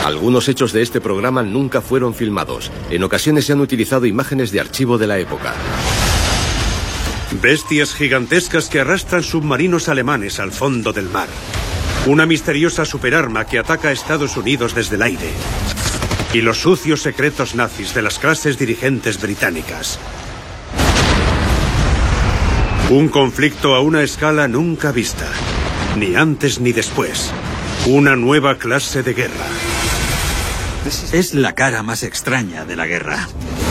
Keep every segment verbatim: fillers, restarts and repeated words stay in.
Algunos hechos de este programa nunca fueron filmados. En ocasiones se han utilizado imágenes de archivo de la época. Bestias gigantescas que arrastran submarinos alemanes al fondo del mar. Una misteriosa superarma que ataca a Estados Unidos desde el aire. Y los sucios secretos nazis de las clases dirigentes británicas. Un conflicto a una escala nunca vista. Ni antes ni después. Una nueva clase de guerra. Es la cara más extraña de la guerra.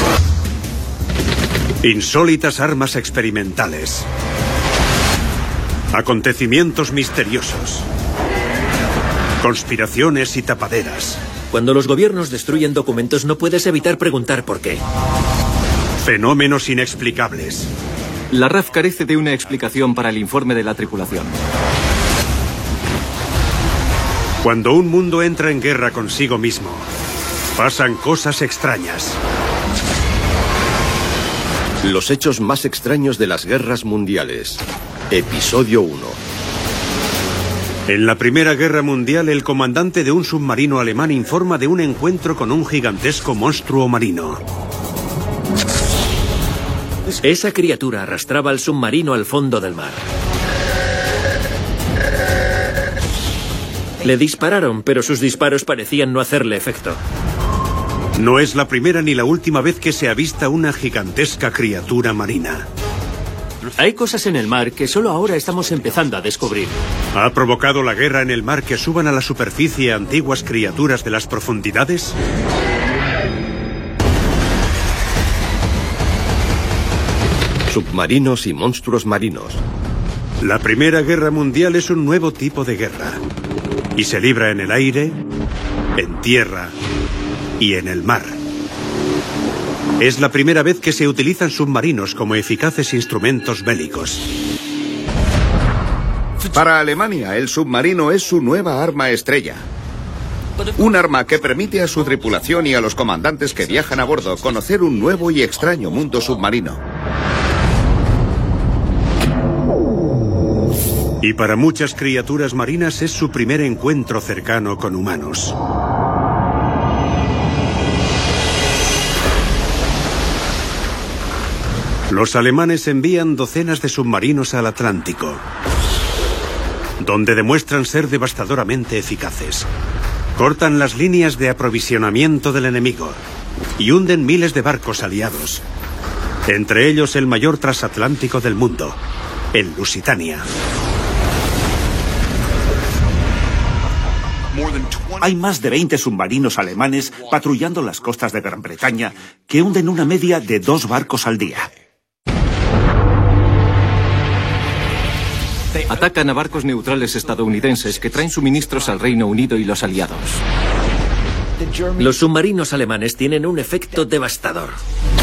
Insólitas armas experimentales. Acontecimientos misteriosos. Conspiraciones y tapaderas. Cuando los gobiernos destruyen documentos no puedes evitar preguntar por qué. Fenómenos inexplicables. La R A F carece de una explicación para el informe de la tripulación. Cuando un mundo entra en guerra consigo mismo, pasan cosas extrañas. Los hechos más extraños de las guerras mundiales. Episodio uno. En la Primera Guerra Mundial, el comandante de un submarino alemán informa de un encuentro con un gigantesco monstruo marino. Esa criatura arrastraba al submarino al fondo del mar. Le dispararon, pero sus disparos parecían no hacerle efecto. No es la primera ni la última vez que se avista una gigantesca criatura marina. Hay cosas en el mar que solo ahora estamos empezando a descubrir. ¿Ha provocado la guerra en el mar que suban a la superficie antiguas criaturas de las profundidades? Submarinos y monstruos marinos. La Primera Guerra Mundial es un nuevo tipo de guerra. Y se libra en el aire, en tierra y en el mar. Es la primera vez que se utilizan submarinos como eficaces instrumentos bélicos. Para Alemania, el submarino es su nueva arma estrella. Un arma que permite a su tripulación y a los comandantes que viajan a bordo conocer un nuevo y extraño mundo submarino. Y para muchas criaturas marinas es su primer encuentro cercano con humanos. Los alemanes envían docenas de submarinos al Atlántico, donde demuestran ser devastadoramente eficaces. Cortan las líneas de aprovisionamiento del enemigo y hunden miles de barcos aliados, entre ellos el mayor transatlántico del mundo, el Lusitania. Hay más de veinte submarinos alemanes patrullando las costas de Gran Bretaña que hunden una media de dos barcos al día. Atacan a barcos neutrales estadounidenses que traen suministros al Reino Unido y los aliados. Los submarinos alemanes tienen un efecto devastador.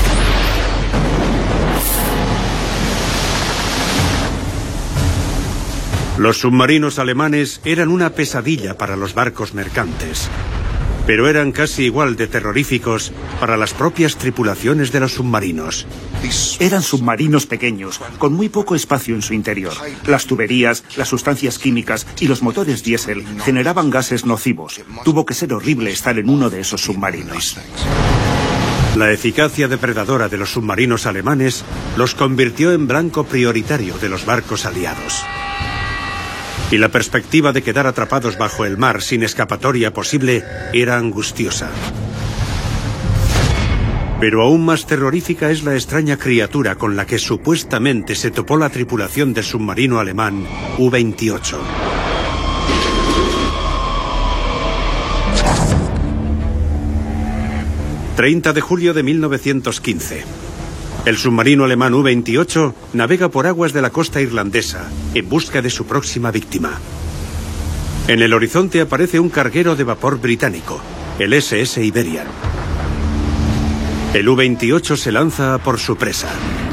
Los submarinos alemanes eran una pesadilla para los barcos mercantes, pero eran casi igual de terroríficos para las propias tripulaciones de los submarinos. Eran submarinos pequeños, con muy poco espacio en su interior. Las tuberías, las sustancias químicas y los motores diésel generaban gases nocivos. Tuvo que ser horrible estar en uno de esos submarinos. La eficacia depredadora de los submarinos alemanes los convirtió en blanco prioritario de los barcos aliados. Y la perspectiva de quedar atrapados bajo el mar sin escapatoria posible era angustiosa. Pero aún más terrorífica es la extraña criatura con la que supuestamente se topó la tripulación del submarino alemán U veintiocho. treinta de julio de mil novecientos quince. El submarino alemán U veintiocho navega por aguas de la costa irlandesa en busca de su próxima víctima. En el horizonte aparece un carguero de vapor británico, el S S Iberian. El U veintiocho se lanza a por su presa.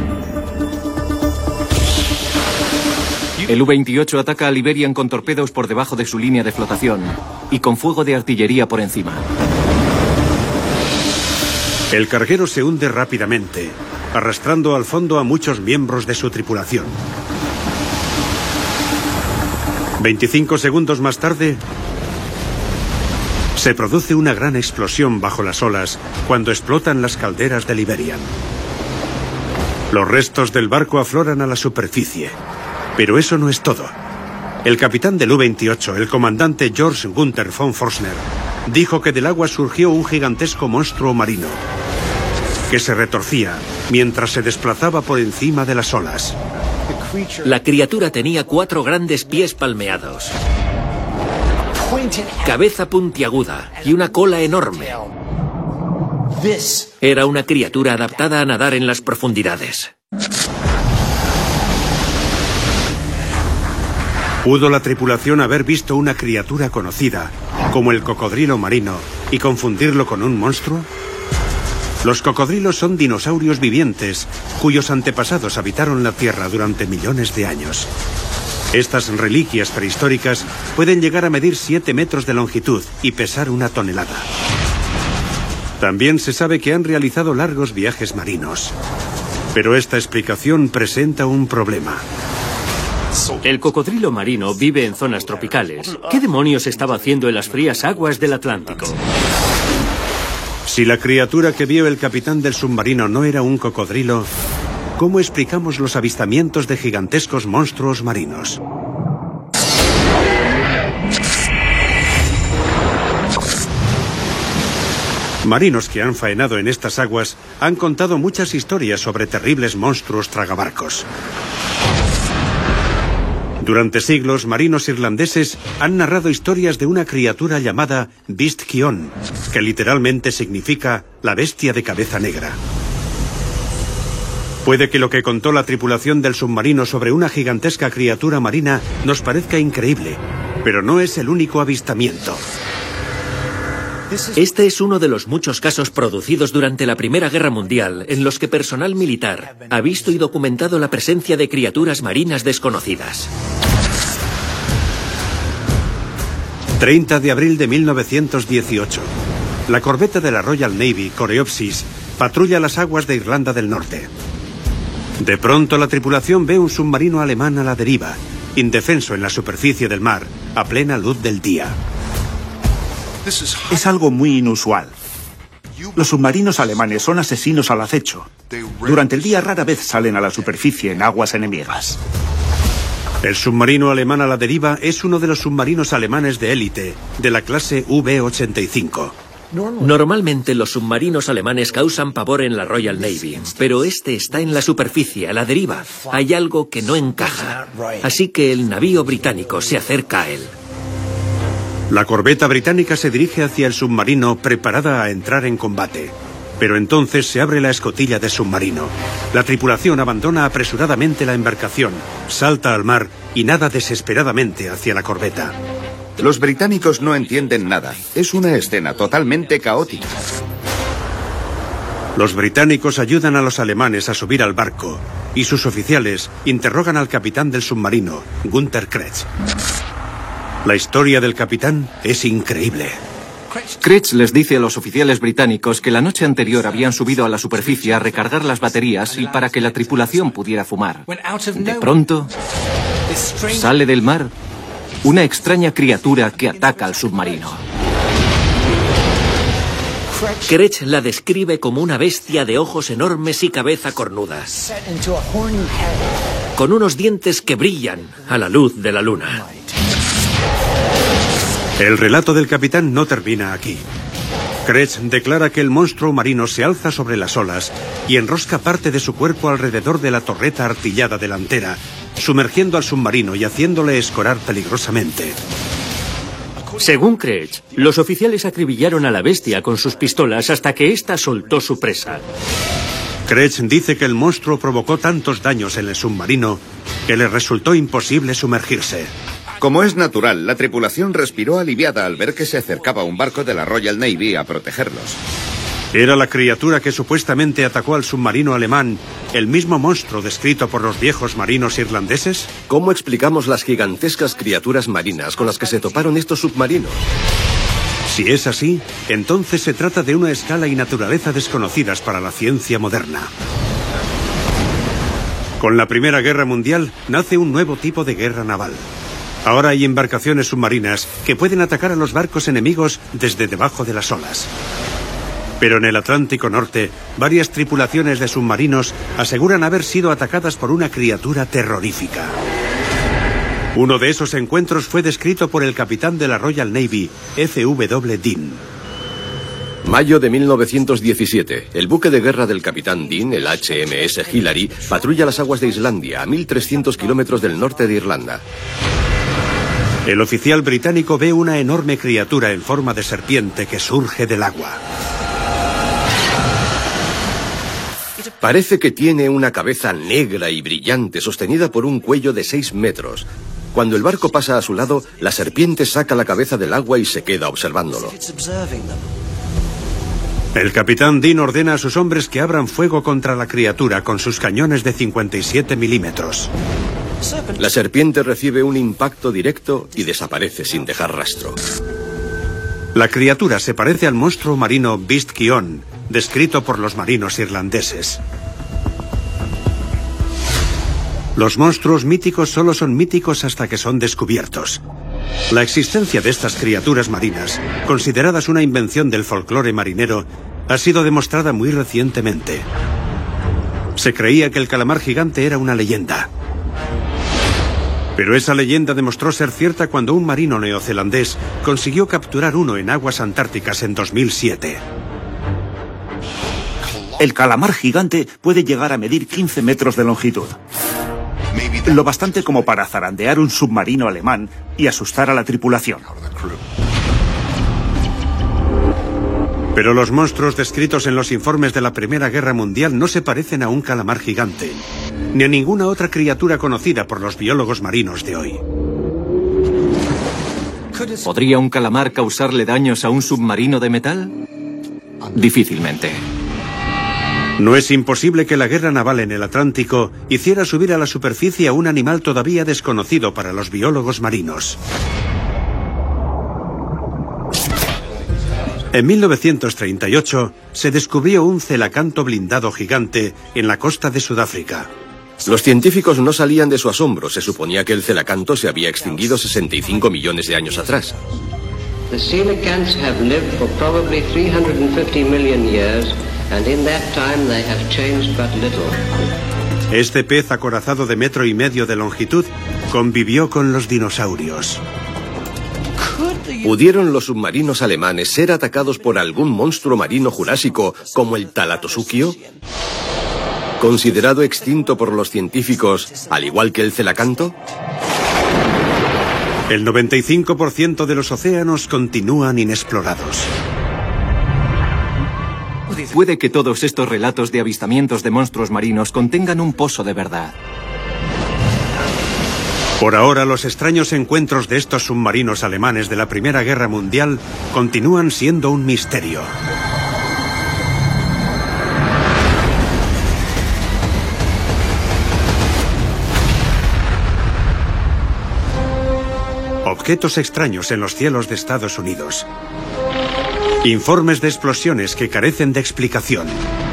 El U veintiocho ataca al Iberian con torpedos por debajo de su línea de flotación y con fuego de artillería por encima. El carguero se hunde rápidamente, arrastrando al fondo a muchos miembros de su tripulación. veinticinco segundos más tarde, Se produce una gran explosión bajo las olas cuando explotan las calderas del Iberian. Los restos del barco afloran a la superficie. Pero eso no es todo. El capitán del U veintiocho, el comandante George Gunther von Forstner, dijo que del agua surgió un gigantesco monstruo marino que se retorcía mientras se desplazaba por encima de las olas. La criatura tenía cuatro grandes pies palmeados, cabeza puntiaguda y una cola enorme. Era una criatura adaptada a nadar en las profundidades. ¿Pudo la tripulación haber visto una criatura conocida, como el cocodrilo marino, y confundirlo con un monstruo? Los cocodrilos son dinosaurios vivientes, cuyos antepasados habitaron la Tierra durante millones de años. Estas reliquias prehistóricas pueden llegar a medir siete metros de longitud y pesar una tonelada. También se sabe que han realizado largos viajes marinos. Pero esta explicación presenta un problema. El cocodrilo marino vive en zonas tropicales. ¿Qué demonios estaba haciendo en las frías aguas del Atlántico? Si la criatura que vio el capitán del submarino no era un cocodrilo, ¿cómo explicamos los avistamientos de gigantescos monstruos marinos? Marinos que han faenado en estas aguas han contado muchas historias sobre terribles monstruos tragabarcos. Durante siglos, marinos irlandeses han narrado historias de una criatura llamada Beast Kion, que literalmente significa la bestia de cabeza negra. Puede que lo que contó la tripulación del submarino sobre una gigantesca criatura marina nos parezca increíble, pero no es el único avistamiento. Este es uno de los muchos casos producidos durante la Primera Guerra Mundial en los que personal militar ha visto y documentado la presencia de criaturas marinas desconocidas. treinta de abril de mil novecientos dieciocho. La corbeta de la Royal Navy, Coreopsis, patrulla las aguas de Irlanda del Norte. De pronto la tripulación ve un submarino alemán a la deriva, indefenso en la superficie del mar, a plena luz del día. Es algo muy inusual. Los submarinos alemanes son asesinos al acecho. Durante el día rara vez salen a la superficie en aguas enemigas. El submarino alemán a la deriva es uno de los submarinos alemanes de élite, de la clase V ochenta y cinco. Normalmente los submarinos alemanes causan pavor en la Royal Navy, pero este está en la superficie, a la deriva. Hay algo que no encaja. Así que el navío británico se acerca a él. La corbeta británica se dirige hacia el submarino preparada a entrar en combate. Pero entonces se abre la escotilla del submarino. La tripulación abandona apresuradamente la embarcación, salta al mar y nada desesperadamente hacia la corbeta. Los británicos no entienden nada. Es una escena totalmente caótica. Los británicos ayudan a los alemanes a subir al barco y sus oficiales interrogan al capitán del submarino, Gunther Kretsch. La historia del capitán es increíble. Kretsch les dice a los oficiales británicos que la noche anterior habían subido a la superficie a recargar las baterías y para que la tripulación pudiera fumar. De pronto, sale del mar una extraña criatura que ataca al submarino. Kretsch la describe como una bestia de ojos enormes y cabeza cornuda, con unos dientes que brillan a la luz de la luna. El relato del capitán no termina aquí. Kretsch declara que el monstruo marino se alza sobre las olas y enrosca parte de su cuerpo alrededor de la torreta artillada delantera, sumergiendo al submarino y haciéndole escorar peligrosamente. Según Kretsch, los oficiales acribillaron a la bestia con sus pistolas hasta que ésta soltó su presa. Kretsch dice que el monstruo provocó tantos daños en el submarino que le resultó imposible sumergirse. Como es natural, la tripulación respiró aliviada al ver que se acercaba un barco de la Royal Navy a protegerlos. ¿Era la criatura que supuestamente atacó al submarino alemán el mismo monstruo descrito por los viejos marinos irlandeses? ¿Cómo explicamos las gigantescas criaturas marinas con las que se toparon estos submarinos? Si es así, entonces se trata de una escala y naturaleza desconocidas para la ciencia moderna. Con la Primera Guerra Mundial nace un nuevo tipo de guerra naval. Ahora hay embarcaciones submarinas que pueden atacar a los barcos enemigos desde debajo de las olas. Pero en el Atlántico Norte, varias tripulaciones de submarinos aseguran haber sido atacadas por una criatura terrorífica. Uno de esos encuentros fue descrito por el capitán de la Royal Navy, F W Dean. Mayo de mil novecientos diecisiete. El buque de guerra del capitán Dean, el H M S Hillary, patrulla las aguas de Islandia, a mil trescientos kilómetros del norte de Irlanda. El oficial británico ve una enorme criatura en forma de serpiente que surge del agua. Parece que tiene una cabeza negra y brillante sostenida por un cuello de seis metros. Cuando el barco pasa a su lado, la serpiente saca la cabeza del agua y se queda observándolo. El capitán Dean ordena a sus hombres que abran fuego contra la criatura con sus cañones de cincuenta y siete milímetros. La serpiente recibe un impacto directo y desaparece sin dejar rastro. La criatura se parece al monstruo marino Beast Kion, descrito por los marinos irlandeses. Los monstruos míticos solo son míticos hasta que son descubiertos. La existencia de estas criaturas marinas, consideradas una invención del folclore marinero, ha sido demostrada muy recientemente. Se creía que el calamar gigante era una leyenda. Pero esa leyenda demostró ser cierta cuando un marino neozelandés consiguió capturar uno en aguas antárticas en dos mil siete. El calamar gigante puede llegar a medir quince metros de longitud. Lo bastante como para zarandear un submarino alemán y asustar a la tripulación. Pero los monstruos descritos en los informes de la Primera Guerra Mundial no se parecen a un calamar gigante, ni a ninguna otra criatura conocida por los biólogos marinos de hoy. ¿Podría un calamar causarle daños a un submarino de metal? Difícilmente. No es imposible que la guerra naval en el Atlántico hiciera subir a la superficie a un animal todavía desconocido para los biólogos marinos. En mil novecientos treinta y ocho se descubrió un celacanto blindado gigante en la costa de Sudáfrica. Los científicos no salían de su asombro. Se suponía que el celacanto se había extinguido sesenta y cinco millones de años atrás. The coelacanths have lived for probably three hundred fifty million years. And in that time they have changed but little. Este pez acorazado de metro y medio de longitud convivió con los dinosaurios. ¿Pudieron los submarinos alemanes ser atacados por algún monstruo marino jurásico como el Talatosukio? ¿Considerado extinto por los científicos, al igual que el celacanto? El noventa y cinco por ciento de los océanos continúan inexplorados. Puede que todos estos relatos de avistamientos de monstruos marinos contengan un pozo de verdad. Por ahora, los extraños encuentros de estos submarinos alemanes de la Primera Guerra Mundial continúan siendo un misterio. Objetos extraños en los cielos de Estados Unidos. Informes de explosiones que carecen de explicación.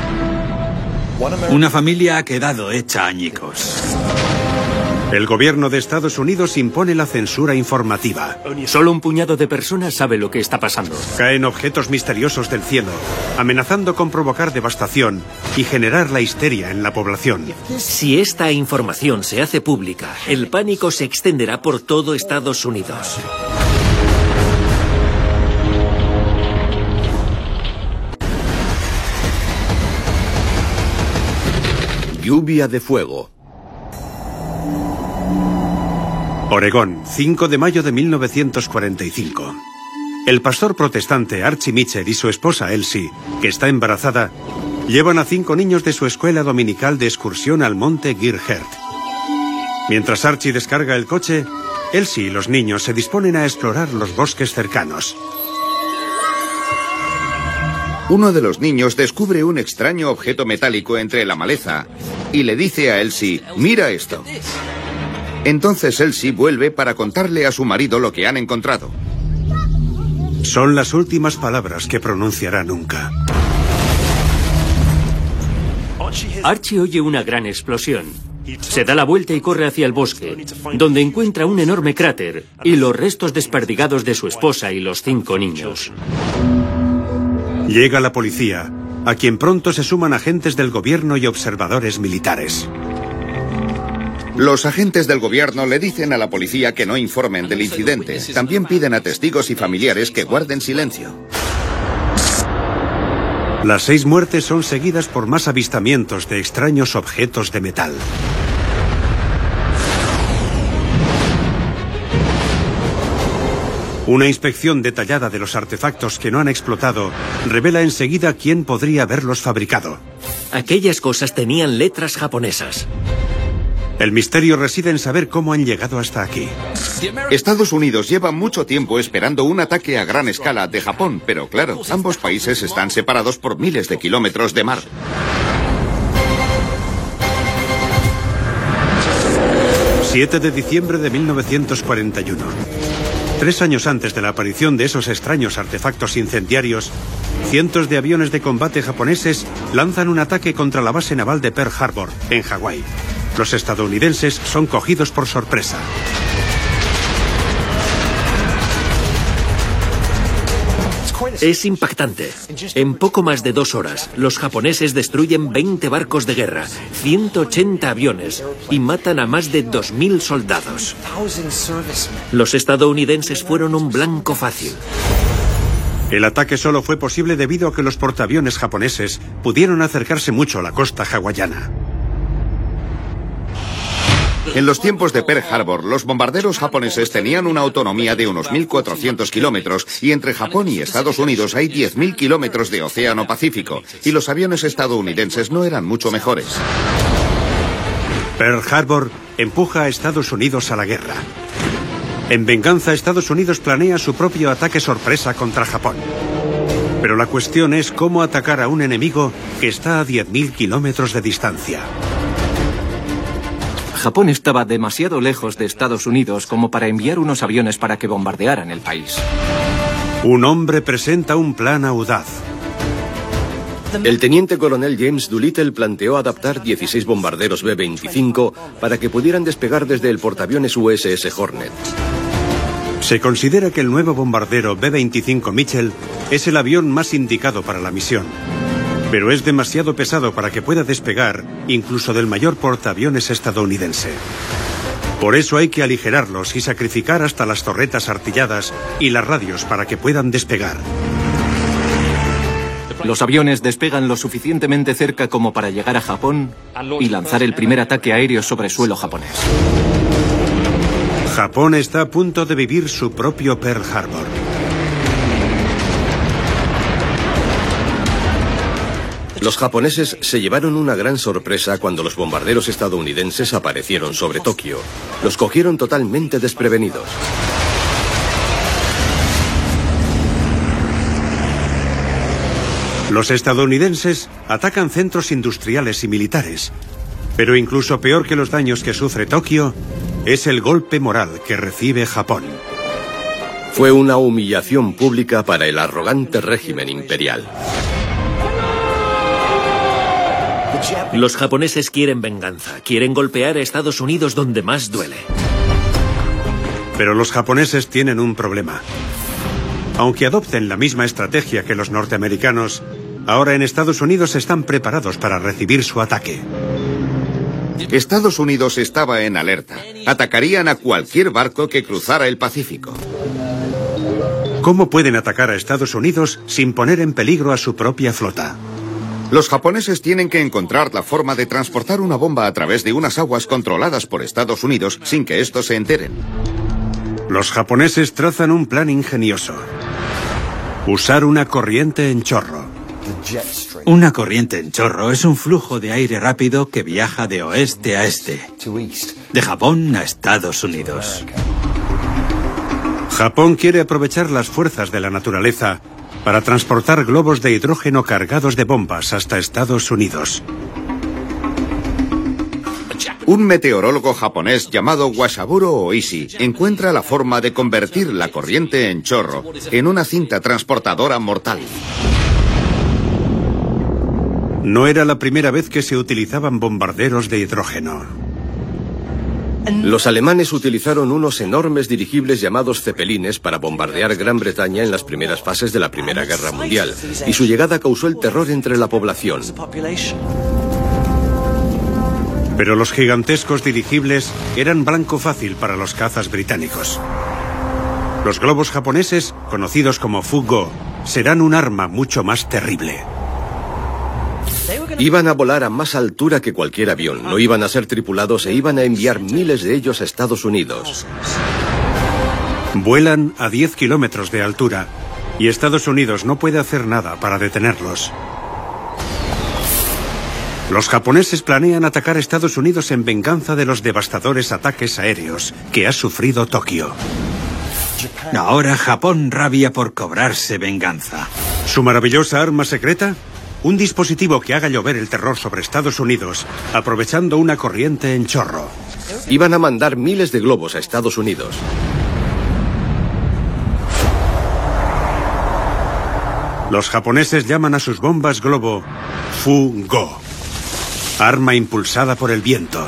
Una familia ha quedado hecha añicos. El gobierno de Estados Unidos impone la censura informativa. Solo un puñado de personas sabe lo que está pasando. Caen objetos misteriosos del cielo, amenazando con provocar devastación y generar la histeria en la población. Si esta información se hace pública, el pánico se extenderá por todo Estados Unidos. Lluvia de fuego. Oregón, cinco de mayo de mil novecientos cuarenta y cinco. El pastor protestante Archie Mitchell y su esposa Elsie, que está embarazada, llevan a cinco niños de su escuela dominical de excursión al monte Girheart. Mientras Archie descarga el coche, Elsie y los niños se disponen a explorar los bosques cercanos. Uno de los niños descubre un extraño objeto metálico entre la maleza y le dice a Elsie, mira esto. Entonces Elsie vuelve para contarle a su marido lo que han encontrado. Son las últimas palabras que pronunciará nunca. Archie oye una gran explosión Se da la vuelta y corre hacia el bosque, donde encuentra un enorme cráter y los restos desperdigados de su esposa y los cinco niños. Llega la policía, a quien pronto se suman agentes del gobierno y observadores militares. Los agentes del gobierno le dicen a la policía que no informen del incidente. También piden a testigos y familiares que guarden silencio. Las seis muertes son seguidas por más avistamientos de extraños objetos de metal. Una inspección detallada de los artefactos que no han explotado revela enseguida quién podría haberlos fabricado. Aquellas cosas tenían letras japonesas. El misterio reside en saber cómo han llegado hasta aquí. Estados Unidos lleva mucho tiempo esperando un ataque a gran escala de Japón, pero claro, ambos países están separados por miles de kilómetros de mar. siete de diciembre de mil novecientos cuarenta y uno. Tres años antes de la aparición de esos extraños artefactos incendiarios, cientos de aviones de combate japoneses lanzan un ataque contra la base naval de Pearl Harbor, en Hawái. Los estadounidenses son cogidos por sorpresa. Es impactante. En poco más de dos horas, los japoneses destruyen veinte barcos de guerra, ciento ochenta aviones y matan a más de dos mil soldados. Los estadounidenses fueron un blanco fácil. El ataque solo fue posible debido a que los portaaviones japoneses pudieron acercarse mucho a la costa hawaiana. En los tiempos de Pearl Harbor, los bombarderos japoneses tenían una autonomía de unos mil cuatrocientos kilómetros y entre Japón y Estados Unidos hay diez mil kilómetros de océano Pacífico y los aviones estadounidenses no eran mucho mejores. Pearl Harbor empuja a Estados Unidos a la guerra. En venganza, Estados Unidos planea su propio ataque sorpresa contra Japón. Pero la cuestión es cómo atacar a un enemigo que está a diez mil kilómetros de distancia. Japón estaba demasiado lejos de Estados Unidos como para enviar unos aviones para que bombardearan el país. Un hombre presenta un plan audaz. El teniente coronel James Doolittle planteó adaptar dieciséis bombarderos B veinticinco para que pudieran despegar desde el portaaviones U S S Hornet. Se considera que el nuevo bombardero B veinticinco Mitchell es el avión más indicado para la misión. Pero es demasiado pesado para que pueda despegar incluso del mayor portaaviones estadounidense. Por eso hay que aligerarlos y sacrificar hasta las torretas artilladas y las radios para que puedan despegar. Los aviones despegan lo suficientemente cerca como para llegar a Japón y lanzar el primer ataque aéreo sobre suelo japonés. Japón está a punto de vivir su propio Pearl Harbor. Los japoneses se llevaron una gran sorpresa cuando los bombarderos estadounidenses aparecieron sobre Tokio. Los cogieron totalmente desprevenidos. Los estadounidenses atacan centros industriales y militares. Pero incluso peor que los daños que sufre Tokio es el golpe moral que recibe Japón. Fue una humillación pública para el arrogante régimen imperial. Los japoneses quieren venganza, quieren golpear a Estados Unidos donde más duele. Pero los japoneses tienen un problema. Aunque adopten la misma estrategia que los norteamericanos, ahora en Estados Unidos están preparados para recibir su ataque. Estados Unidos estaba en alerta. Atacarían a cualquier barco que cruzara el Pacífico. ¿Cómo pueden atacar a Estados Unidos sin poner en peligro a su propia flota? Los japoneses tienen que encontrar la forma de transportar una bomba a través de unas aguas controladas por Estados Unidos sin que estos se enteren. Los japoneses trazan un plan ingenioso. Usar una corriente en chorro. Una corriente en chorro es un flujo de aire rápido que viaja de oeste a este, de Japón a Estados Unidos. Japón quiere aprovechar las fuerzas de la naturaleza para transportar globos de hidrógeno cargados de bombas hasta Estados Unidos. Un meteorólogo japonés llamado Wasaburo Oishi encuentra la forma de convertir la corriente en chorro en una cinta transportadora mortal. No era la primera vez que se utilizaban bombarderos de hidrógeno. Los alemanes utilizaron unos enormes dirigibles llamados cepelines para bombardear Gran Bretaña en las primeras fases de la Primera Guerra Mundial, y su llegada causó el terror entre la población. Pero los gigantescos dirigibles eran blanco fácil para los cazas británicos. Los globos japoneses, conocidos como Fu-Go, serán un arma mucho más terrible. Iban a volar a más altura que cualquier avión, no iban a ser tripulados e iban a enviar miles de ellos a Estados Unidos. Vuelan a diez kilómetros de altura y Estados Unidos no puede hacer nada para detenerlos. Los japoneses planean atacar Estados Unidos en venganza de los devastadores ataques aéreos que ha sufrido Tokio. Ahora Japón rabia por cobrarse venganza. ¿Su maravillosa arma secreta? Un dispositivo que haga llover el terror sobre Estados Unidos, aprovechando una corriente en chorro. Iban a mandar miles de globos a Estados Unidos. Los japoneses llaman a sus bombas globo Fu-Go, arma impulsada por el viento.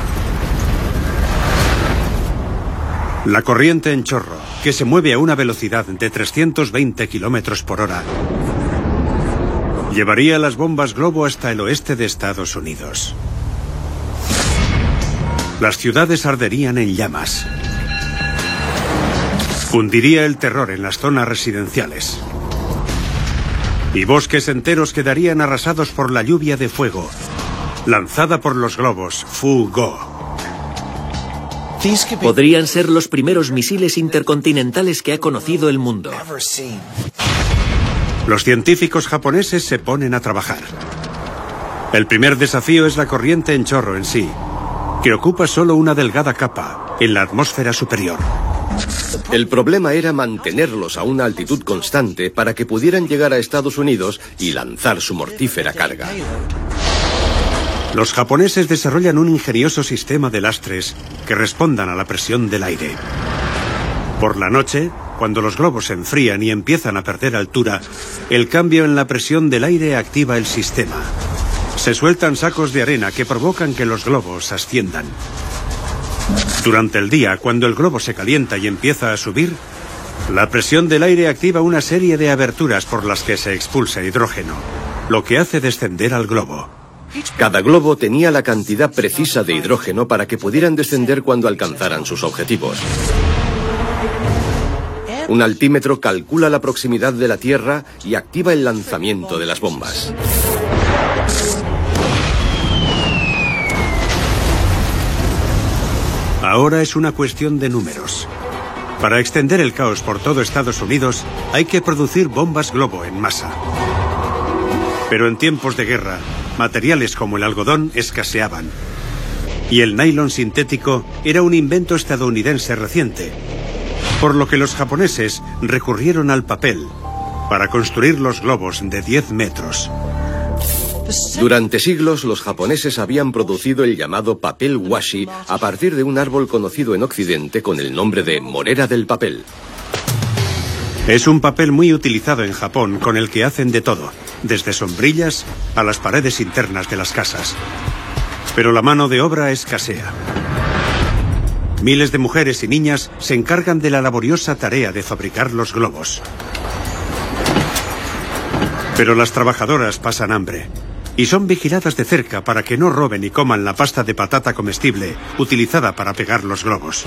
La corriente en chorro, que se mueve a una velocidad de trescientos veinte kilómetros por hora, llevaría las bombas globo hasta el oeste de Estados Unidos. Las ciudades arderían en llamas. Cundiría el terror en las zonas residenciales. Y bosques enteros quedarían arrasados por la lluvia de fuego, lanzada por los globos Fu-Go. Podrían ser los primeros misiles intercontinentales que ha conocido el mundo. Los científicos japoneses se ponen a trabajar. El primer desafío es la corriente en chorro en sí, que ocupa solo una delgada capa en la atmósfera superior. El problema era mantenerlos a una altitud constante para que pudieran llegar a Estados Unidos y lanzar su mortífera carga. Los japoneses desarrollan un ingenioso sistema de lastres que respondan a la presión del aire. Por la noche, cuando los globos se enfrían y empiezan a perder altura, el cambio en la presión del aire activa el sistema. Se sueltan sacos de arena que provocan que los globos asciendan. Durante el día, cuando el globo se calienta y empieza a subir, la presión del aire activa una serie de aberturas por las que se expulsa hidrógeno, lo que hace descender al globo. Cada globo tenía la cantidad precisa de hidrógeno para que pudieran descender cuando alcanzaran sus objetivos. Un altímetro calcula la proximidad de la Tierra y activa el lanzamiento de las bombas. Ahora es una cuestión de números. Para extender el caos por todo Estados Unidos, hay que producir bombas globo en masa. Pero en tiempos de guerra, materiales como el algodón escaseaban. Y el nylon sintético era un invento estadounidense reciente, por lo que los japoneses recurrieron al papel para construir los globos de diez metros. Durante siglos, los japoneses habían producido el llamado papel washi a partir de un árbol conocido en Occidente con el nombre de morera del papel. Es un papel muy utilizado en Japón, con el que hacen de todo, desde sombrillas a las paredes internas de las casas. Pero la mano de obra escasea. Miles de mujeres y niñas se encargan de la laboriosa tarea de fabricar los globos. Pero las trabajadoras pasan hambre y son vigiladas de cerca para que no roben y coman la pasta de patata comestible utilizada para pegar los globos.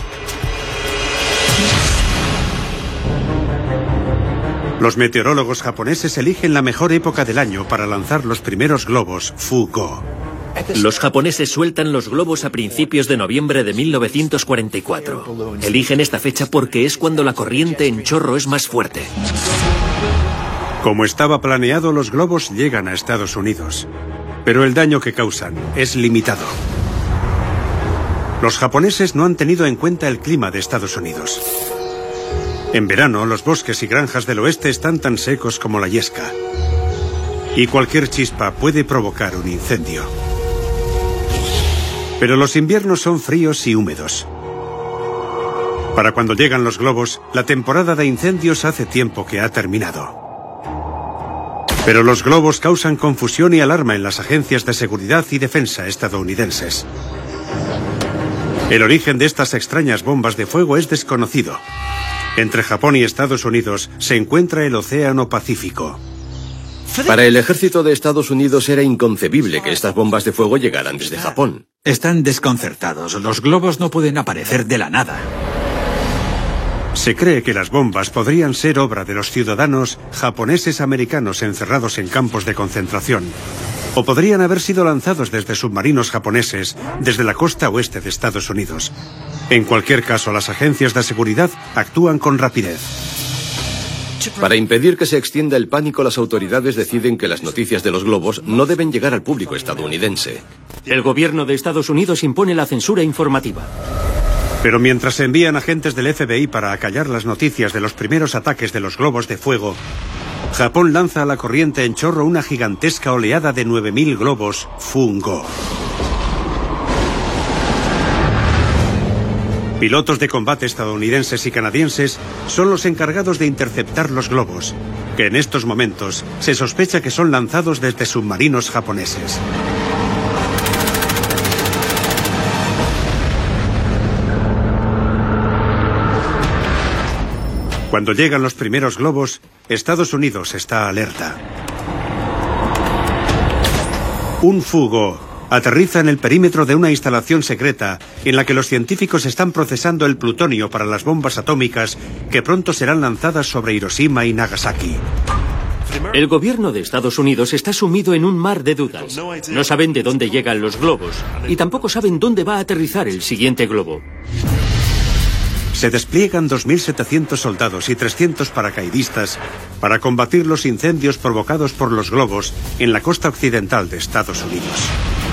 Los meteorólogos japoneses eligen la mejor época del año para lanzar los primeros globos Fu-Go. Los japoneses sueltan los globos a principios de noviembre de mil novecientos cuarenta y cuatro. Eligen esta fecha porque es cuando la corriente en chorro es más fuerte. Como estaba planeado, los globos llegan a Estados Unidos, pero el daño que causan es limitado. Los japoneses no han tenido en cuenta el clima de Estados Unidos. En verano, los bosques y granjas del oeste están tan secos como la yesca, y cualquier chispa puede provocar un incendio. Pero los inviernos son fríos y húmedos. Para cuando llegan los globos, la temporada de incendios hace tiempo que ha terminado. Pero los globos causan confusión y alarma en las agencias de seguridad y defensa estadounidenses. El origen de estas extrañas bombas de fuego es desconocido. Entre Japón y Estados Unidos se encuentra el Océano Pacífico. Para el ejército de Estados Unidos era inconcebible que estas bombas de fuego llegaran desde Japón. Están desconcertados. Los globos no pueden aparecer de la nada. Se cree que las bombas podrían ser obra de los ciudadanos japoneses americanos encerrados en campos de concentración, o podrían haber sido lanzados desde submarinos japoneses desde la costa oeste de Estados Unidos. En cualquier caso, las agencias de seguridad actúan con rapidez. Para impedir que se extienda el pánico, las autoridades deciden que las noticias de los globos no deben llegar al público estadounidense. El gobierno de Estados Unidos impone la censura informativa. Pero mientras se envían agentes del F B I para acallar las noticias de los primeros ataques de los globos de fuego, Japón lanza a la corriente en chorro una gigantesca oleada de nueve mil globos Fungo. Pilotos de combate estadounidenses y canadienses son los encargados de interceptar los globos, que en estos momentos se sospecha que son lanzados desde submarinos japoneses. Cuando llegan los primeros globos, Estados Unidos está alerta. Un Fugo aterriza en el perímetro de una instalación secreta en la que los científicos están procesando el plutonio para las bombas atómicas que pronto serán lanzadas sobre Hiroshima y Nagasaki. El gobierno de Estados Unidos está sumido en un mar de dudas. No saben de dónde llegan los globos y tampoco saben dónde va a aterrizar el siguiente globo. Se despliegan dos mil setecientos soldados y trescientos paracaidistas para combatir los incendios provocados por los globos en la costa occidental de Estados Unidos.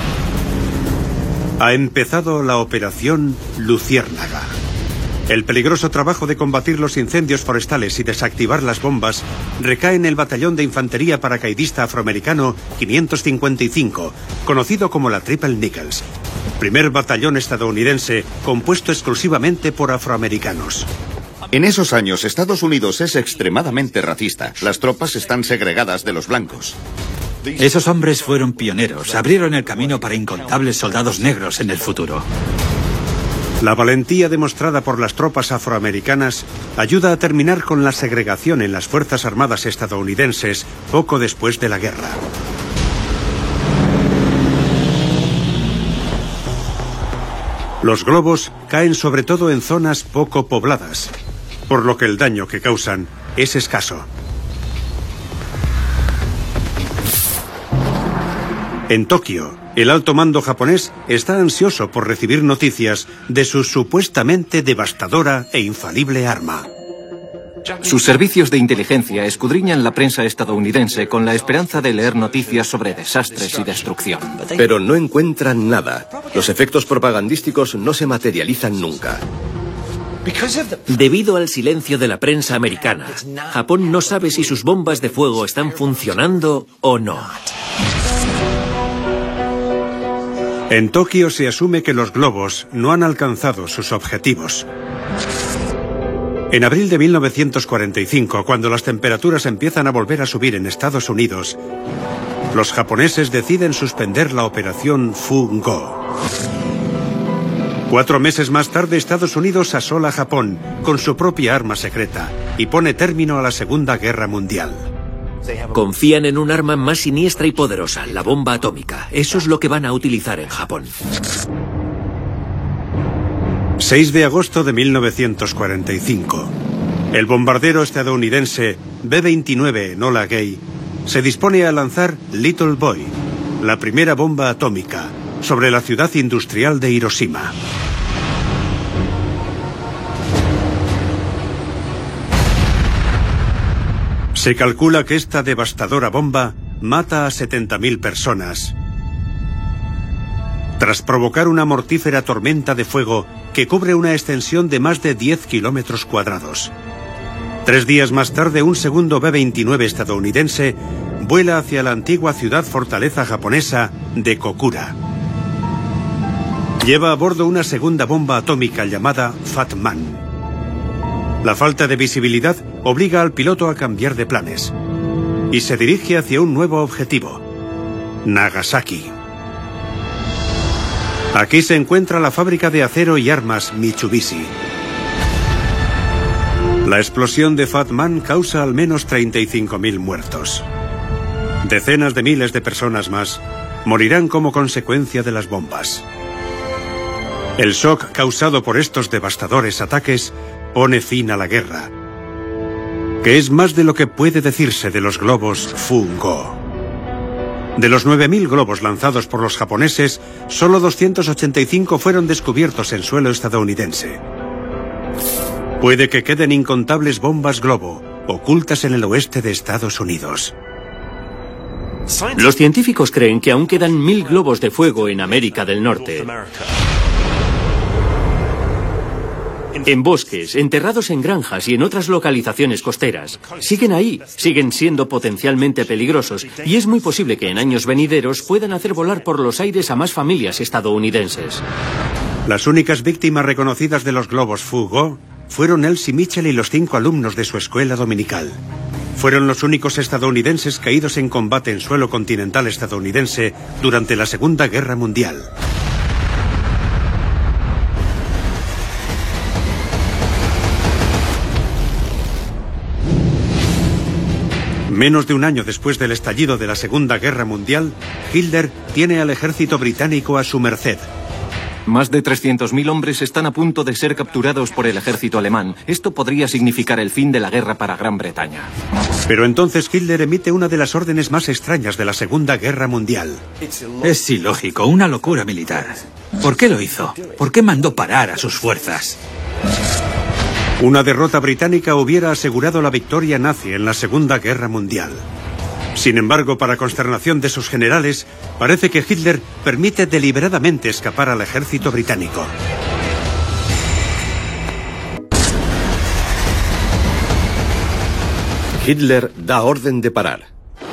Ha empezado la Operación Luciérnaga. El peligroso trabajo de combatir los incendios forestales y desactivar las bombas recae en el batallón de infantería paracaidista afroamericano quinientos cincuenta y cinco, conocido como la Triple Nickels, primer batallón estadounidense compuesto exclusivamente por afroamericanos. En esos años, Estados Unidos es extremadamente racista. Las tropas están segregadas de los blancos. Esos hombres fueron pioneros, abrieron el camino para incontables soldados negros en el futuro. La valentía demostrada por las tropas afroamericanas ayuda a terminar con la segregación en las Fuerzas Armadas estadounidenses poco después de la guerra. Los globos caen sobre todo en zonas poco pobladas, por lo que el daño que causan es escaso. En Tokio, el alto mando japonés está ansioso por recibir noticias de su supuestamente devastadora e infalible arma. Sus servicios de inteligencia escudriñan la prensa estadounidense con la esperanza de leer noticias sobre desastres y destrucción. Pero no encuentran nada. Los efectos propagandísticos no se materializan nunca. Debido al silencio de la prensa americana, Japón no sabe si sus bombas de fuego están funcionando o no. En Tokio se asume que los globos no han alcanzado sus objetivos. En abril de mil novecientos cuarenta y cinco, cuando las temperaturas empiezan a volver a subir en Estados Unidos, los japoneses deciden suspender la operación Fungo. Cuatro meses más tarde, Estados Unidos asola Japón con su propia arma secreta y pone término a la Segunda Guerra Mundial. Confían en un arma más siniestra y poderosa, la bomba atómica. Eso es lo que van a utilizar en Japón. seis de agosto de mil novecientos cuarenta y cinco. El bombardero estadounidense B veintinueve Enola Gay se dispone a lanzar Little Boy, la primera bomba atómica, sobre la ciudad industrial de Hiroshima. Se calcula que esta devastadora bomba mata a setenta mil personas, tras provocar una mortífera tormenta de fuego que cubre una extensión de más de diez kilómetros cuadrados. Tres días más tarde, un segundo B veintinueve estadounidense vuela hacia la antigua ciudad fortaleza japonesa de Kokura. Lleva a bordo una segunda bomba atómica llamada Fat Man. La falta de visibilidad obliga al piloto a cambiar de planes y se dirige hacia un nuevo objetivo, Nagasaki. Aquí se encuentra la fábrica de acero y armas Mitsubishi. La explosión de Fat Man causa al menos treinta y cinco mil muertos. Decenas de miles de personas más morirán como consecuencia de las bombas. El shock causado por estos devastadores ataques pone fin a la guerra, que es más de lo que puede decirse de los globos Fu-Go. De los nueve mil globos lanzados por los japoneses, solo doscientos ochenta y cinco fueron descubiertos en suelo estadounidense. Puede que queden incontables bombas globo ocultas en el oeste de Estados Unidos. Los científicos creen que aún quedan mil globos de fuego en América del Norte. En bosques, enterrados en granjas y en otras localizaciones costeras. Siguen ahí, siguen siendo potencialmente peligrosos y es muy posible que en años venideros puedan hacer volar por los aires a más familias estadounidenses. Las únicas víctimas reconocidas de los globos Fu-Go fueron Elsie Mitchell y los cinco alumnos de su escuela dominical. Fueron los únicos estadounidenses caídos en combate en suelo continental estadounidense durante la Segunda Guerra Mundial. Menos de un año después del estallido de la Segunda Guerra Mundial, Hitler tiene al ejército británico a su merced. Más de trescientos mil hombres están a punto de ser capturados por el ejército alemán. Esto podría significar el fin de la guerra para Gran Bretaña. Pero entonces Hitler emite una de las órdenes más extrañas de la Segunda Guerra Mundial. Es ilógico, una locura militar. ¿Por qué lo hizo? ¿Por qué mandó parar a sus fuerzas? Una derrota británica hubiera asegurado la victoria nazi en la Segunda Guerra Mundial. Sin embargo, para consternación de sus generales, parece que Hitler permite deliberadamente escapar al ejército británico. Hitler da orden de parar.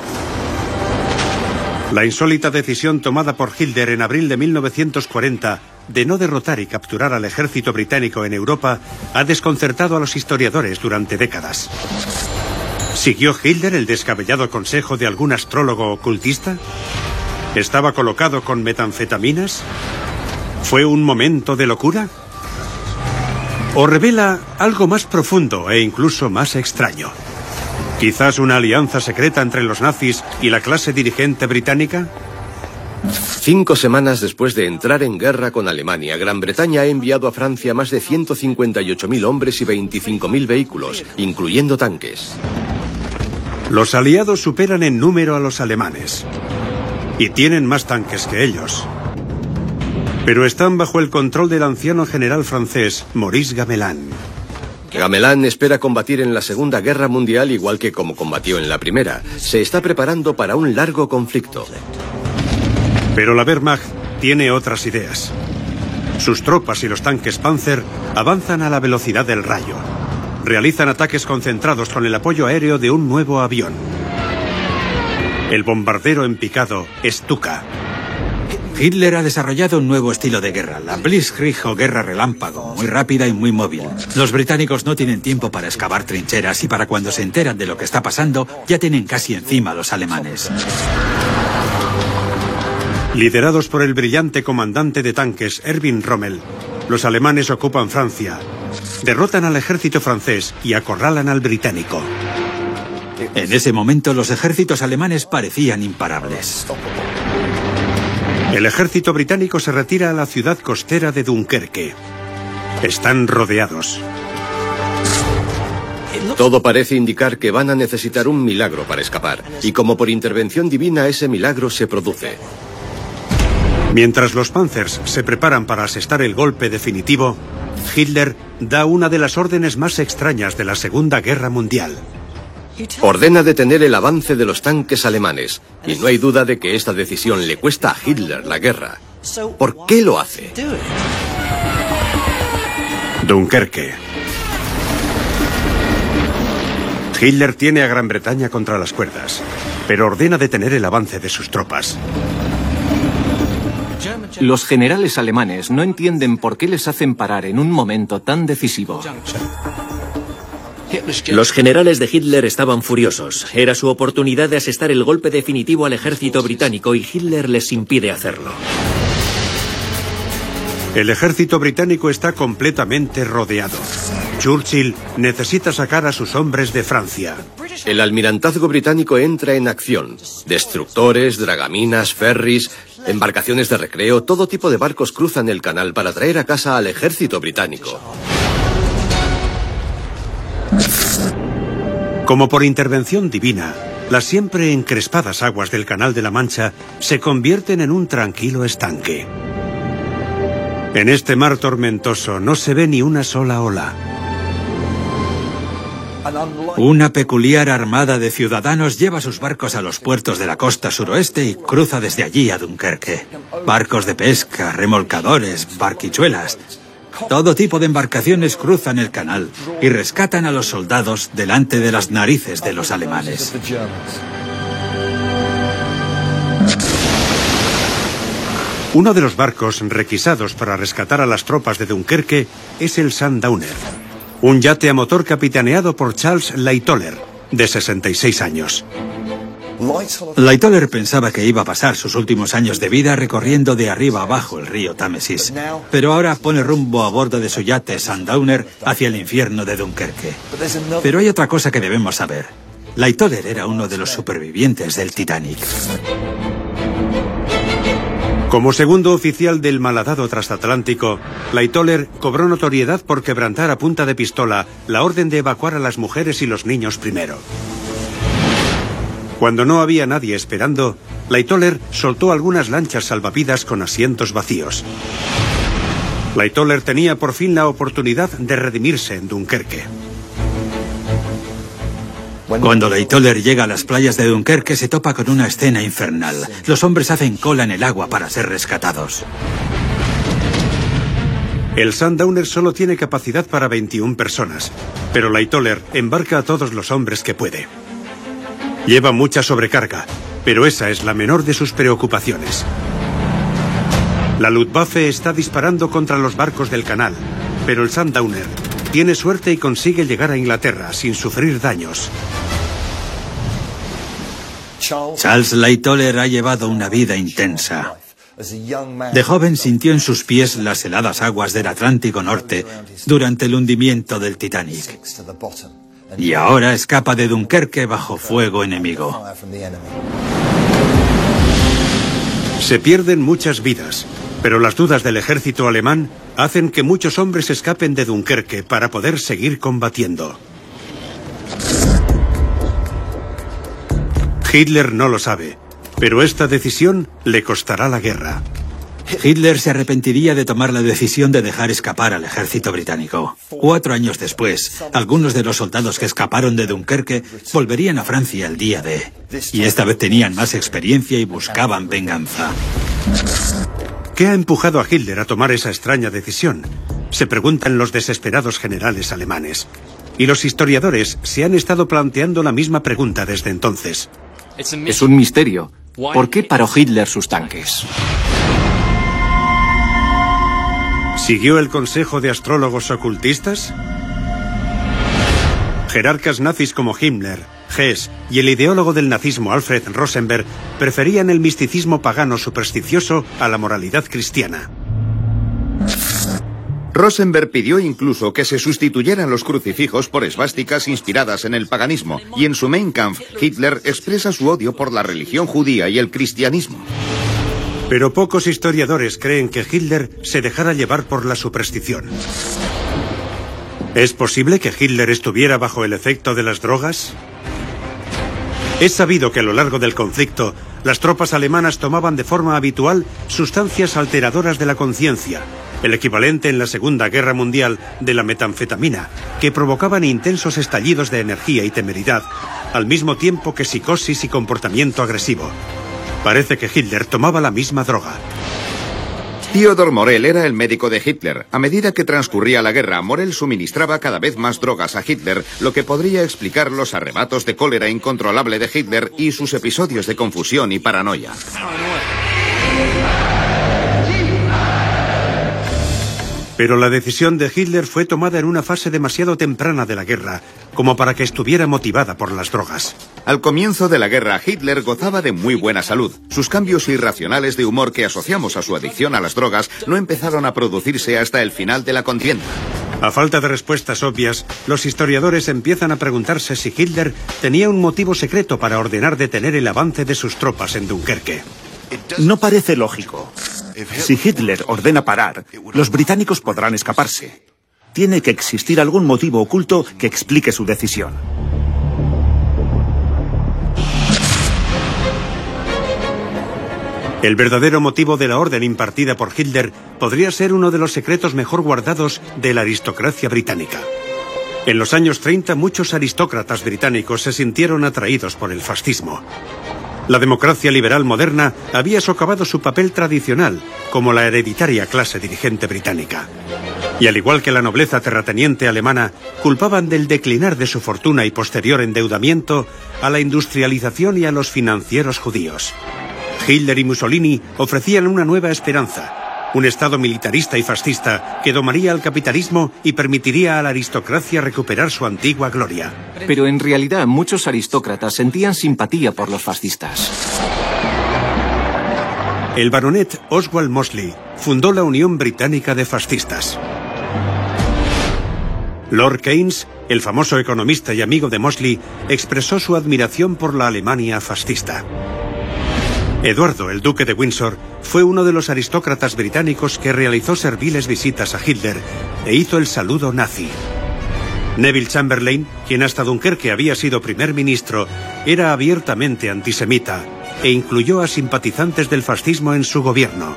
La insólita decisión tomada por Hitler en abril de mil novecientos cuarenta de no derrotar y capturar al ejército británico en Europa ha desconcertado a los historiadores durante décadas. ¿Siguió Hitler el descabellado consejo de algún astrólogo ocultista? ¿Estaba colocado con metanfetaminas? ¿Fue un momento de locura? ¿O revela algo más profundo e incluso más extraño? ¿Quizás una alianza secreta entre los nazis y la clase dirigente británica? Cinco semanas después de entrar en guerra con Alemania, Gran Bretaña ha enviado a Francia más de ciento cincuenta y ocho mil hombres y veinticinco mil vehículos, incluyendo tanques. Los aliados superan en número a los alemanes y tienen más tanques que ellos. Pero están bajo el control del anciano general francés Maurice Gamelin. Gamelin espera combatir en la Segunda Guerra Mundial igual que como combatió en la Primera. Se está preparando para un largo conflicto. Pero la Wehrmacht tiene otras ideas. Sus tropas y los tanques Panzer avanzan a la velocidad del rayo. Realizan ataques concentrados con el apoyo aéreo de un nuevo avión. El bombardero en picado Stuka. Hitler ha desarrollado un nuevo estilo de guerra, la Blitzkrieg o guerra relámpago, muy rápida y muy móvil. Los británicos no tienen tiempo para excavar trincheras y para cuando se enteran de lo que está pasando, ya tienen casi encima a los alemanes. Liderados por el brillante comandante de tanques Erwin Rommel, los alemanes ocupan Francia, derrotan al ejército francés y acorralan al británico. En ese momento los ejércitos alemanes parecían imparables. El ejército británico se retira a la ciudad costera de Dunkerque. Están rodeados. Todo parece indicar que van a necesitar un milagro para escapar, y como por intervención divina ese milagro se produce. Mientras los Panzers se preparan para asestar el golpe definitivo, Hitler da una de las órdenes más extrañas de la Segunda Guerra Mundial. Ordena detener el avance de los tanques alemanes, y no hay duda de que esta decisión le cuesta a Hitler la guerra. ¿Por qué lo hace? Dunkerque. Hitler tiene a Gran Bretaña contra las cuerdas, pero ordena detener el avance de sus tropas. Los generales alemanes no entienden por qué les hacen parar en un momento tan decisivo. Los generales de Hitler estaban furiosos. Era su oportunidad de asestar el golpe definitivo al ejército británico y Hitler les impide hacerlo. El ejército británico está completamente rodeado. Churchill necesita sacar a sus hombres de Francia. El almirantazgo británico entra en acción. Destructores, dragaminas, ferries, embarcaciones de recreo, todo tipo de barcos cruzan el canal para traer a casa al ejército británico. Como por intervención divina, las siempre encrespadas aguas del Canal de la Mancha se convierten en un tranquilo estanque. En este mar tormentoso no se ve ni una sola ola. Una peculiar armada de ciudadanos lleva sus barcos a los puertos de la costa suroeste y cruza desde allí a Dunkerque. Barcos de pesca, remolcadores, barquichuelas. Todo tipo de embarcaciones cruzan el canal y rescatan a los soldados delante de las narices de los alemanes. Uno de los barcos requisados para rescatar a las tropas de Dunkerque es el Sundowner, un yate a motor capitaneado por Charles Lightoller, de sesenta y seis años. Lightoller pensaba que iba a pasar sus últimos años de vida recorriendo de arriba abajo el río Támesis, pero ahora pone rumbo a bordo de su yate Sundowner hacia el infierno de Dunkerque. Pero hay otra cosa que debemos saber. Lightoller era uno de los supervivientes del Titanic. Como segundo oficial del malhadado transatlántico, Lightoller cobró notoriedad por quebrantar a punta de pistola la orden de evacuar a las mujeres y los niños primero. Cuando no había nadie esperando, Lightoller soltó algunas lanchas salvavidas con asientos vacíos. Lightoller tenía por fin la oportunidad de redimirse en Dunkerque. Cuando Lightoller llega a las playas de Dunkerque se topa con una escena infernal. Los hombres hacen cola en el agua para ser rescatados. El Sundowner solo tiene capacidad para veintiuna personas, pero Lightoller embarca a todos los hombres que puede. Lleva mucha sobrecarga, pero esa es la menor de sus preocupaciones. La Luftwaffe está disparando contra los barcos del canal, pero el Sundowner tiene suerte y consigue llegar a Inglaterra sin sufrir daños. Charles Lightoller ha llevado una vida intensa. De joven sintió en sus pies las heladas aguas del Atlántico Norte durante el hundimiento del Titanic. Y ahora escapa de Dunkerque bajo fuego enemigo. Se pierden muchas vidas, pero las dudas del ejército alemán hacen que muchos hombres escapen de Dunkerque para poder seguir combatiendo. Hitler no lo sabe, pero esta decisión le costará la guerra. Hitler se arrepentiría de tomar la decisión de dejar escapar al ejército británico. Cuatro años después, algunos de los soldados que escaparon de Dunkerque volverían a Francia el día D. Y esta vez tenían más experiencia y buscaban venganza. ¿Qué ha empujado a Hitler a tomar esa extraña decisión? Se preguntan los desesperados generales alemanes. Y los historiadores se han estado planteando la misma pregunta desde entonces. Es un misterio. ¿Por qué paró Hitler sus tanques? ¿Siguió el consejo de astrólogos ocultistas? Jerarcas nazis como Himmler, Hess y el ideólogo del nazismo Alfred Rosenberg preferían el misticismo pagano supersticioso a la moralidad cristiana. Rosenberg pidió incluso que se sustituyeran los crucifijos por esvásticas inspiradas en el paganismo, y en su Mein Kampf, Hitler expresa su odio por la religión judía y el cristianismo. Pero pocos historiadores creen que Hitler se dejara llevar por la superstición. ¿Es posible que Hitler estuviera bajo el efecto de las drogas? Es sabido que a lo largo del conflicto, las tropas alemanas tomaban de forma habitual sustancias alteradoras de la conciencia, el equivalente en la Segunda Guerra Mundial de la metanfetamina, que provocaban intensos estallidos de energía y temeridad, al mismo tiempo que psicosis y comportamiento agresivo. Parece que Hitler tomaba la misma droga. Theodor Morell era el médico de Hitler. A medida que transcurría la guerra, Morell suministraba cada vez más drogas a Hitler, lo que podría explicar los arrebatos de cólera incontrolable de Hitler y sus episodios de confusión y paranoia. Pero la decisión de Hitler fue tomada en una fase demasiado temprana de la guerra, como para que estuviera motivada por las drogas. Al comienzo de la guerra, Hitler gozaba de muy buena salud. Sus cambios irracionales de humor que asociamos a su adicción a las drogas no empezaron a producirse hasta el final de la contienda. A falta de respuestas obvias, los historiadores empiezan a preguntarse si Hitler tenía un motivo secreto para ordenar detener el avance de sus tropas en Dunkerque. No parece lógico. Si Hitler ordena parar, los británicos podrán escaparse. Tiene que existir algún motivo oculto que explique su decisión. El verdadero motivo de la orden impartida por Hitler podría ser uno de los secretos mejor guardados de la aristocracia británica. En los años treinta, muchos aristócratas británicos se sintieron atraídos por el fascismo. La democracia liberal moderna había socavado su papel tradicional como la hereditaria clase dirigente británica. Y al igual que la nobleza terrateniente alemana, culpaban del declinar de su fortuna y posterior endeudamiento a la industrialización y a los financieros judíos. Hitler y Mussolini ofrecían una nueva esperanza, un Estado militarista y fascista que domaría al capitalismo y permitiría a la aristocracia recuperar su antigua gloria. Pero en realidad muchos aristócratas sentían simpatía por los fascistas. El baronet Oswald Mosley fundó la Unión Británica de Fascistas. Lord Keynes, el famoso economista y amigo de Mosley, expresó su admiración por la Alemania fascista. Eduardo, el duque de Windsor, fue uno de los aristócratas británicos que realizó serviles visitas a Hitler e hizo el saludo nazi. Neville Chamberlain, quien hasta Dunkerque había sido primer ministro, era abiertamente antisemita e incluyó a simpatizantes del fascismo en su gobierno.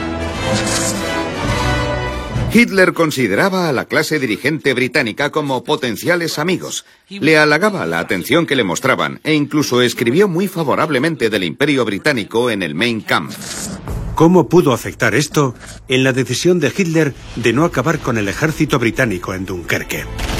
Hitler consideraba a la clase dirigente británica como potenciales amigos. Le halagaba la atención que le mostraban e incluso escribió muy favorablemente del Imperio Británico en el Mein Kampf. ¿Cómo pudo afectar esto en la decisión de Hitler de no acabar con el ejército británico en Dunkerque?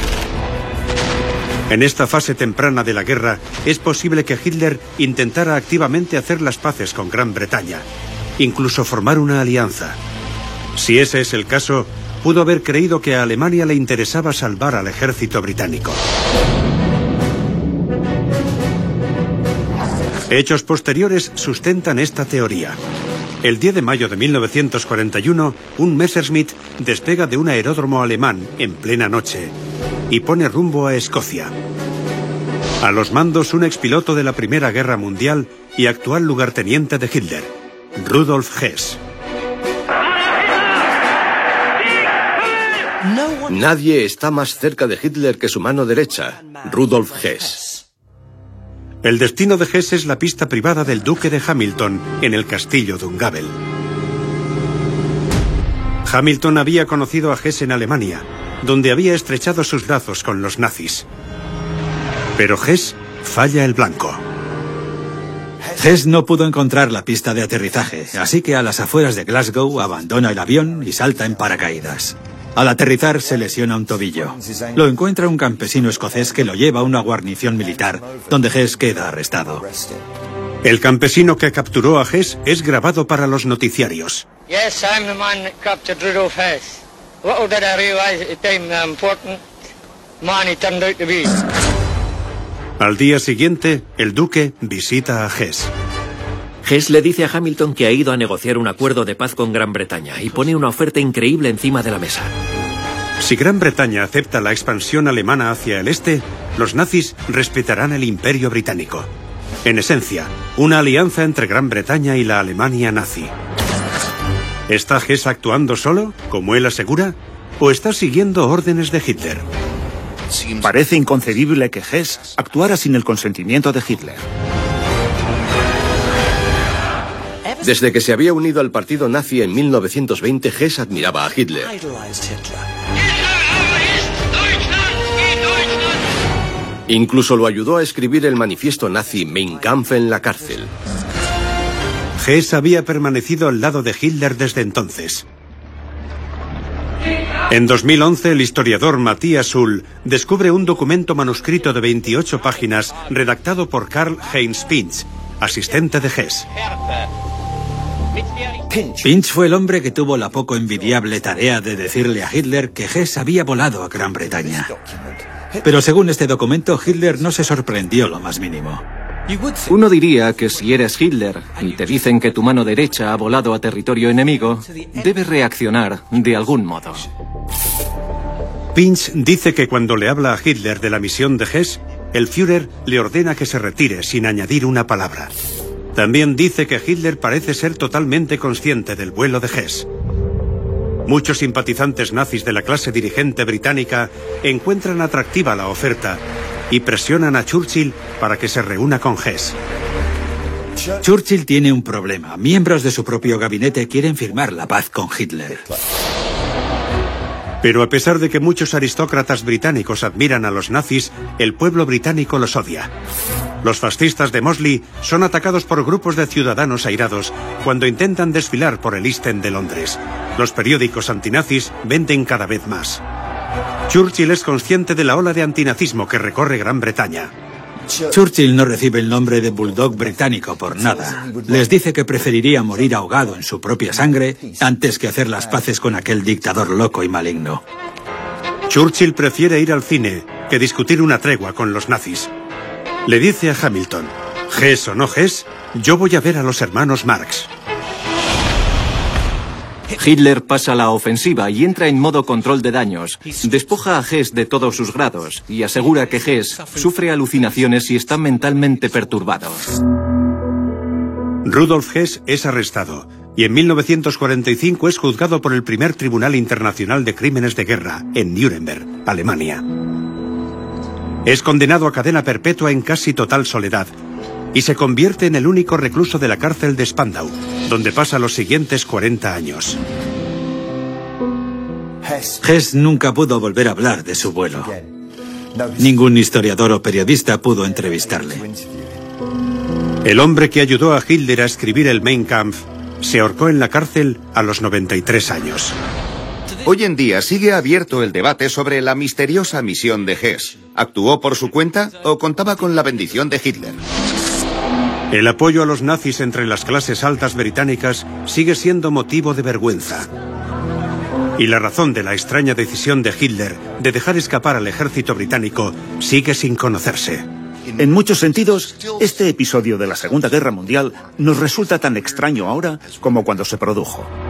En esta fase temprana de la guerra, es posible que Hitler intentara activamente hacer las paces con Gran Bretaña, incluso formar una alianza. Si ese es el caso, pudo haber creído que a Alemania le interesaba salvar al ejército británico. Hechos posteriores sustentan esta teoría. El diez de mayo de mil novecientos cuarenta y uno, un Messerschmitt despega de un aeródromo alemán en plena noche y pone rumbo a Escocia. A los mandos, un expiloto de la Primera Guerra Mundial y actual lugarteniente de Hitler, Rudolf Hess. Nadie está más cerca de Hitler que su mano derecha, Rudolf Hess. El destino de Hess es la pista privada del duque de Hamilton en el castillo Dungavel. Hamilton había conocido a Hess en Alemania, donde había estrechado sus lazos con los nazis. Pero Hess falla el blanco. Hess no pudo encontrar la pista de aterrizaje, así que a las afueras de Glasgow abandona el avión y salta en paracaídas. Al aterrizar se lesiona un tobillo. Lo encuentra un campesino escocés que lo lleva a una guarnición militar, donde Hess queda arrestado. El campesino que capturó a Hess es grabado para los noticiarios. Yes, I'm the man that captured Rudolf Hess. Little did I realize at the time the important man he turned out to be. Al día siguiente, el duque visita a Hess. Hess le dice a Hamilton que ha ido a negociar un acuerdo de paz con Gran Bretaña y pone una oferta increíble encima de la mesa. Si Gran Bretaña acepta la expansión alemana hacia el este, los nazis respetarán el Imperio Británico. En esencia, una alianza entre Gran Bretaña y la Alemania nazi. ¿Está Hess actuando solo, como él asegura, o está siguiendo órdenes de Hitler? Parece inconcebible que Hess actuara sin el consentimiento de Hitler. Desde que se había unido al partido nazi en mil novecientos veinte, Hess admiraba a Hitler. Incluso lo ayudó a escribir el manifiesto nazi Mein Kampf en la cárcel. Hess había permanecido al lado de Hitler desde entonces. En dos mil once, el historiador Matthias Suhl descubre un documento manuscrito de veintiocho páginas redactado por Karl Heinz Pintsch, asistente de Hess. Pinch fue el hombre que tuvo la poco envidiable tarea de decirle a Hitler que Hess había volado a Gran Bretaña. Pero según este documento, Hitler no se sorprendió lo más mínimo. Uno diría que si eres Hitler y te dicen que tu mano derecha ha volado a territorio enemigo, debes reaccionar de algún modo. Pinch dice que cuando le habla a Hitler de la misión de Hess, el Führer le ordena que se retire sin añadir una palabra. También dice que Hitler parece ser totalmente consciente del vuelo de Hess. Muchos simpatizantes nazis de la clase dirigente británica encuentran atractiva la oferta y presionan a Churchill para que se reúna con Hess. Churchill tiene un problema. Miembros de su propio gabinete quieren firmar la paz con Hitler. Pero a pesar de que muchos aristócratas británicos admiran a los nazis, el pueblo británico los odia. Los fascistas de Mosley son atacados por grupos de ciudadanos airados cuando intentan desfilar por el East End de Londres. Los periódicos antinazis venden cada vez más. Churchill es consciente de la ola de antinazismo que recorre Gran Bretaña. Churchill no recibe el nombre de Bulldog británico por nada. Les dice que preferiría morir ahogado en su propia sangre antes que hacer las paces con aquel dictador loco y maligno. Churchill prefiere ir al cine que discutir una tregua con los nazis. Le dice a Hamilton, Hess o no Hess, yo voy a ver a los hermanos Marx. Hitler pasa la ofensiva y entra en modo control de daños. Despoja a Hess de todos sus grados y asegura que Hess sufre alucinaciones y está mentalmente perturbado. Rudolf Hess es arrestado y en mil novecientos cuarenta y cinco es juzgado por el primer Tribunal Internacional de Crímenes de Guerra en Nuremberg, Alemania. Es condenado a cadena perpetua en casi total soledad y se convierte en el único recluso de la cárcel de Spandau, donde pasa los siguientes cuarenta años. Hess nunca pudo volver a hablar de su vuelo. Ningún historiador o periodista pudo entrevistarle. El hombre que ayudó a Hitler a escribir el Mein Kampf se ahorcó en la cárcel a los noventa y tres años. Hoy en día sigue abierto el debate sobre la misteriosa misión de Hess. ¿Actuó por su cuenta o contaba con la bendición de Hitler? El apoyo a los nazis entre las clases altas británicas sigue siendo motivo de vergüenza. Y la razón de la extraña decisión de Hitler de dejar escapar al ejército británico sigue sin conocerse. En muchos sentidos, este episodio de la Segunda Guerra Mundial nos resulta tan extraño ahora como cuando se produjo.